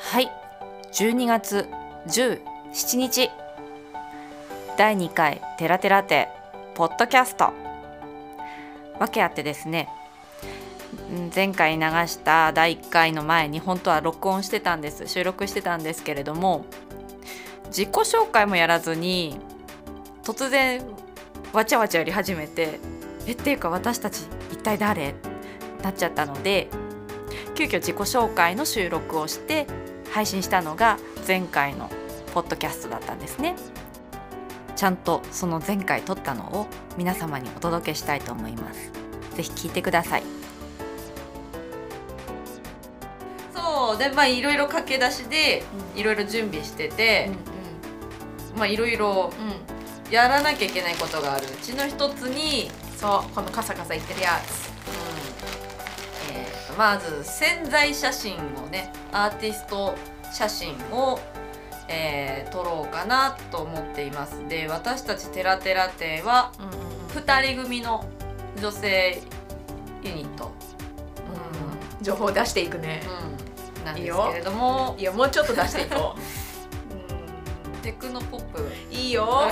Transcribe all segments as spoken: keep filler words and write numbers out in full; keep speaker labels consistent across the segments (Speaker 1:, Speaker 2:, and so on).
Speaker 1: はい、じゅうにがつじゅうしちにちだいにかいテラテラテポッドキャスト。わけあってですね、前回流しただいいっかいの前に本当は録音してたんです収録してたんですけれども、自己紹介もやらずに突然わちゃわちゃやり始めて、えっていうか私たち一体誰なっちゃったので、急遽自己紹介の収録をして配信したのが前回のポッドキャストだったんですね。ちゃんとその前回撮ったのを皆様にお届けしたいと思います。ぜひ聞いてください。そうで、まあいろいろ駆け出しでいろいろ準備してて、うんうん、まあいろいろやらなきゃいけないことがあるうちの一つに、
Speaker 2: そうこのカサカサいってるやつ、
Speaker 1: うんえー、まず宣材写真をね、アーティスト写真を、えー、撮ろうかなと思っています。で、私たちテラテラテはふたり組の女性ユニット、
Speaker 2: うんうん、情報を出していくね、
Speaker 1: うん、なんですけれども、
Speaker 2: いいよ、もうちょっと出していこう
Speaker 1: うん、テクノポップ
Speaker 2: いいよ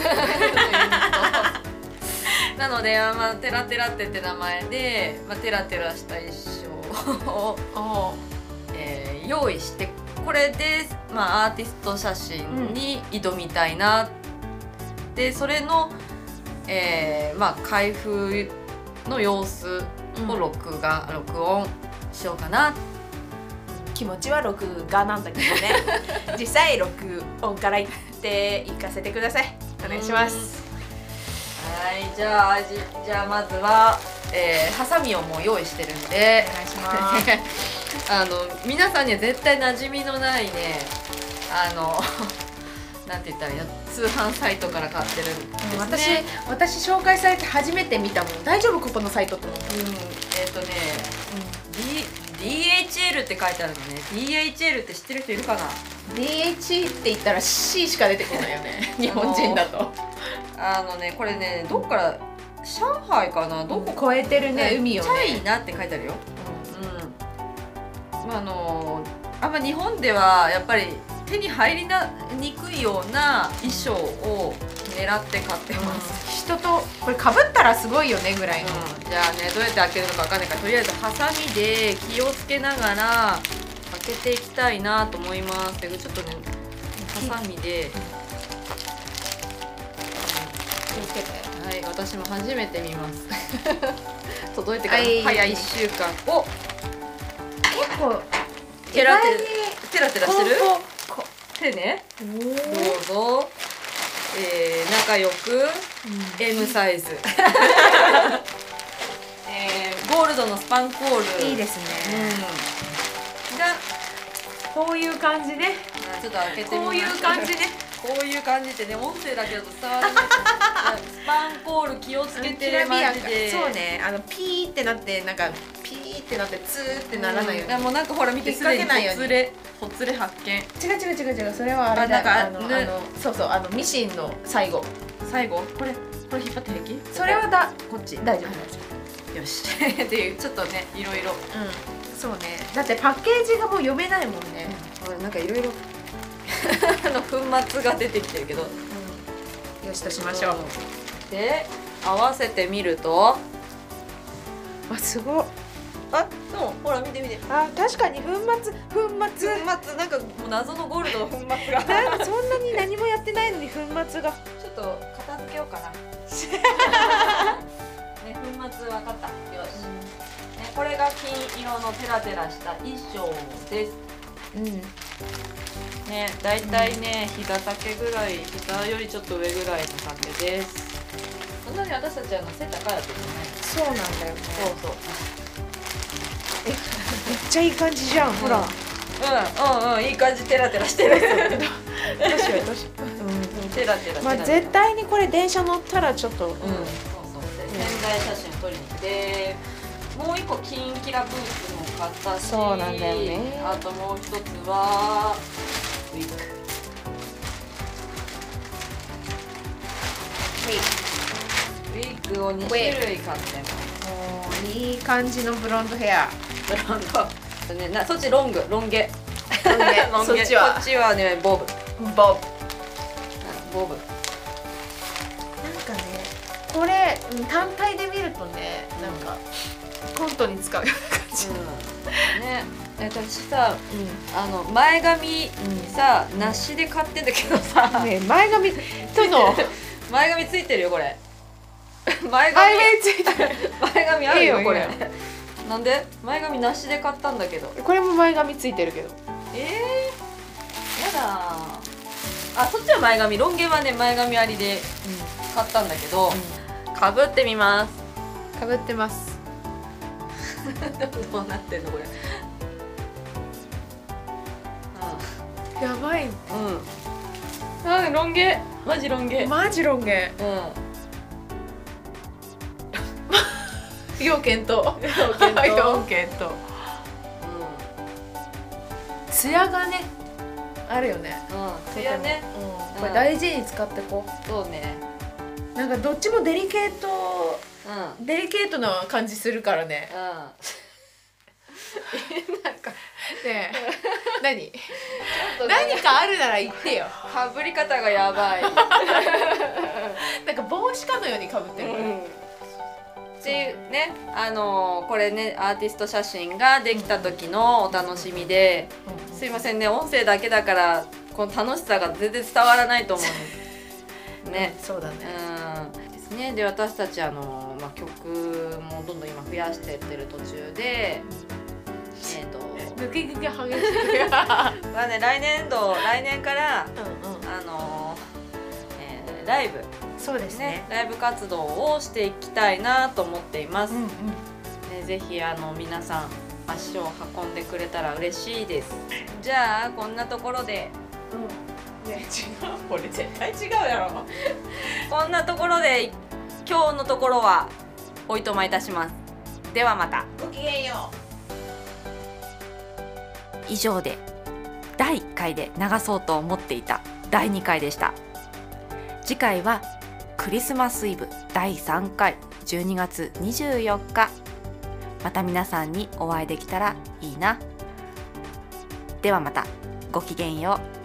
Speaker 1: なので、まあ、テラテラテって名前で、まあ、テラテラした衣装を、えー、用意して、これで、まあ、アーティスト写真に挑みたいな、うん、でそれの、えーまあ、開封の様子を録画、うん、録音しようかな。
Speaker 2: 気持ちは録画なんだけどね実際録音から言っていかせてください。お願いします。
Speaker 1: はい、じゃあ、じ, じゃあまずは、えー、ハサミをもう用意してるんで
Speaker 2: お願いします
Speaker 1: あの皆さんには絶対馴染みのないね、あのなんて言ったらいいの、通販サイトから買ってるんですね。
Speaker 2: 私私紹介されて初めて見たもん。大丈夫ここのサイトって思った。
Speaker 1: うん、えっ、ー、とね、うん、D、ディーエイチエル って書いてあるのね。 ディーエイチエル って知ってる人いるかな。
Speaker 2: ディーエイチ って言ったら C しか出てこないよね日本人だと。
Speaker 1: あのね、これね、どっから上海かな、どこ、
Speaker 2: うん、越えてるね、海をね。
Speaker 1: チャイナって書いてあるよ。うん、うん、まあ、あのあんま日本ではやっぱり手に入りなにくいような衣装を狙って買ってます、
Speaker 2: うん、人とこれ被ったらすごいよねぐらいの、
Speaker 1: うん、じゃあね、どうやって開けるのか分かんないから、とりあえずハサミで気をつけながら開けていきたいなと思います。でちょっとね、ハサミで
Speaker 2: 気をつけて。
Speaker 1: はい、私も初めて見ます届いてから早いいっしゅうかん。お、
Speaker 2: 結構
Speaker 1: テラテラテラテラしてる手ね。どうぞ、えー、仲良く、うん、エム サイズえー、ゴールドのスパンコール
Speaker 2: いいですね、
Speaker 1: うん、が
Speaker 2: こういう感じね。
Speaker 1: ちょっと開けてみましょう。
Speaker 2: こういう感じね
Speaker 1: こういう感じってね、音声だけだと伝わらないスパンコール気をつけて、マジで。
Speaker 2: そうね、あのピーってなって、なんかピーってなってツーってならないように、
Speaker 1: うん、もうなんかほら見て、すでにほつれほつれ発見。違
Speaker 2: う違う違う違う、それはあれだ。あの、ね、あのそうそう、あのミシンの最後
Speaker 1: 最後これこれ引っ張って平気？
Speaker 2: それはだこっち大丈夫大丈
Speaker 1: 夫。よしっていうちょっとね、いろいろ、
Speaker 2: うん、そうね。だってパッケージがもう読めないもんね。
Speaker 1: これなんかいろいろの粉末が出てきてるけど、
Speaker 2: うん、よしとしましょう。
Speaker 1: で合わせてみると、
Speaker 2: あ、すごい。
Speaker 1: あ、そう、ほら見て見て。
Speaker 2: あ、確かに粉末粉末
Speaker 1: 粉末、なんかもう謎のゴールドの粉末が
Speaker 2: なんかそんなに何もやってないのに粉末が。
Speaker 1: ちょっと片付けようかなね、粉末分かった。よし、うん、ね、これが金色のテラテラした衣装です。
Speaker 2: うん
Speaker 1: ね、だいたいね、うん、膝丈ぐらい、膝よりちょっと上ぐらいの丈です。そんなに私たちは背高いわけじゃない。
Speaker 2: そうなんだよね。
Speaker 1: そうそう。
Speaker 2: え、めっちゃいい感じじゃん、うん、ほら。
Speaker 1: うんうんうん、いい感じ、テラテラしてる。
Speaker 2: どうしようどうしよう。
Speaker 1: うん、テラテラ。
Speaker 2: まあ絶対にこれ電車乗ったらちょっと。うん、そうそう。
Speaker 1: で、宣材写真撮りに行って、もう一個キンキラブーツも買ったし、
Speaker 2: そうなんだよね。
Speaker 1: あともう一つはウィッグ。ウィッグをにしゅるい買ってます。
Speaker 2: いい感じのブロンドヘア。
Speaker 1: ブロンド。ね、なそっちロング、ロン毛。
Speaker 2: ロン毛そっちは
Speaker 1: こっちはねボブ
Speaker 2: ボブ。
Speaker 1: ボブ。
Speaker 2: なんかねこれうん単体で見るとねなんかコントに使うような感じ。
Speaker 1: うん、ね私さあの前髪さなしで買ってんだけどさ、
Speaker 2: ね前髪との
Speaker 1: 前髪ついてるよこれ。前髪
Speaker 2: 前髪ついてる。
Speaker 1: 前髪あるよこれ。
Speaker 2: いいよいいよ
Speaker 1: なんで前髪なしで買ったんだけど。
Speaker 2: これも前髪ついてるけど。
Speaker 1: えー、やだー。あそっちは前髪、ロン毛はね前髪ありで買ったんだけど、かぶってみます。
Speaker 2: かぶってます。
Speaker 1: どうなってんのこれ。
Speaker 2: やばい。
Speaker 1: うん。あロン毛マジロン毛。
Speaker 2: マジロン毛。
Speaker 1: うん。
Speaker 2: 要検討。
Speaker 1: 要検討
Speaker 2: 要検討。ツヤがねあるよね。
Speaker 1: うん。ツヤね。
Speaker 2: これ大事に使ってこう。
Speaker 1: そうね。
Speaker 2: なんかどっちもデリケート、
Speaker 1: うん。
Speaker 2: デリケートな感じするからね。
Speaker 1: うん。なんか
Speaker 2: ねえ何？何かあるなら言ってよ。
Speaker 1: かぶり方がやばい。
Speaker 2: なんか帽子かのようにかぶってる。
Speaker 1: うんっていうね、あのー、これねアーティスト写真ができた時のお楽しみで、うん、すいませんね音声だけだからこの楽しさが全然伝わらないと思うんですね。
Speaker 2: そうだね。
Speaker 1: うんですね。で私たちあのー、まあ、曲もどんどん今増やしてってる途中で、えっと
Speaker 2: 抜け毛が激しい。
Speaker 1: まあね来年度来年から、
Speaker 2: うんうん、
Speaker 1: あのーえー、ライブ
Speaker 2: そうですね、
Speaker 1: ね、ライブ活動をしていきたいなと思っています。
Speaker 2: うんうん
Speaker 1: ね、ぜひあの皆さん足を運んでくれたら嬉しいです。じゃあこんなところで、
Speaker 2: うん、ね違うこれ絶対違うやろ。
Speaker 1: こんなところで今日のところはおいとまいたします。ではまた。
Speaker 2: ごきげんよ
Speaker 1: う。以上でだいいっかいで流そうと思っていただいにかいでした。次回はクリスマスイブだいさんかいじゅうにがつにじゅうよっか、また皆さんにお会いできたらいいな。ではまた、ごきげんよう。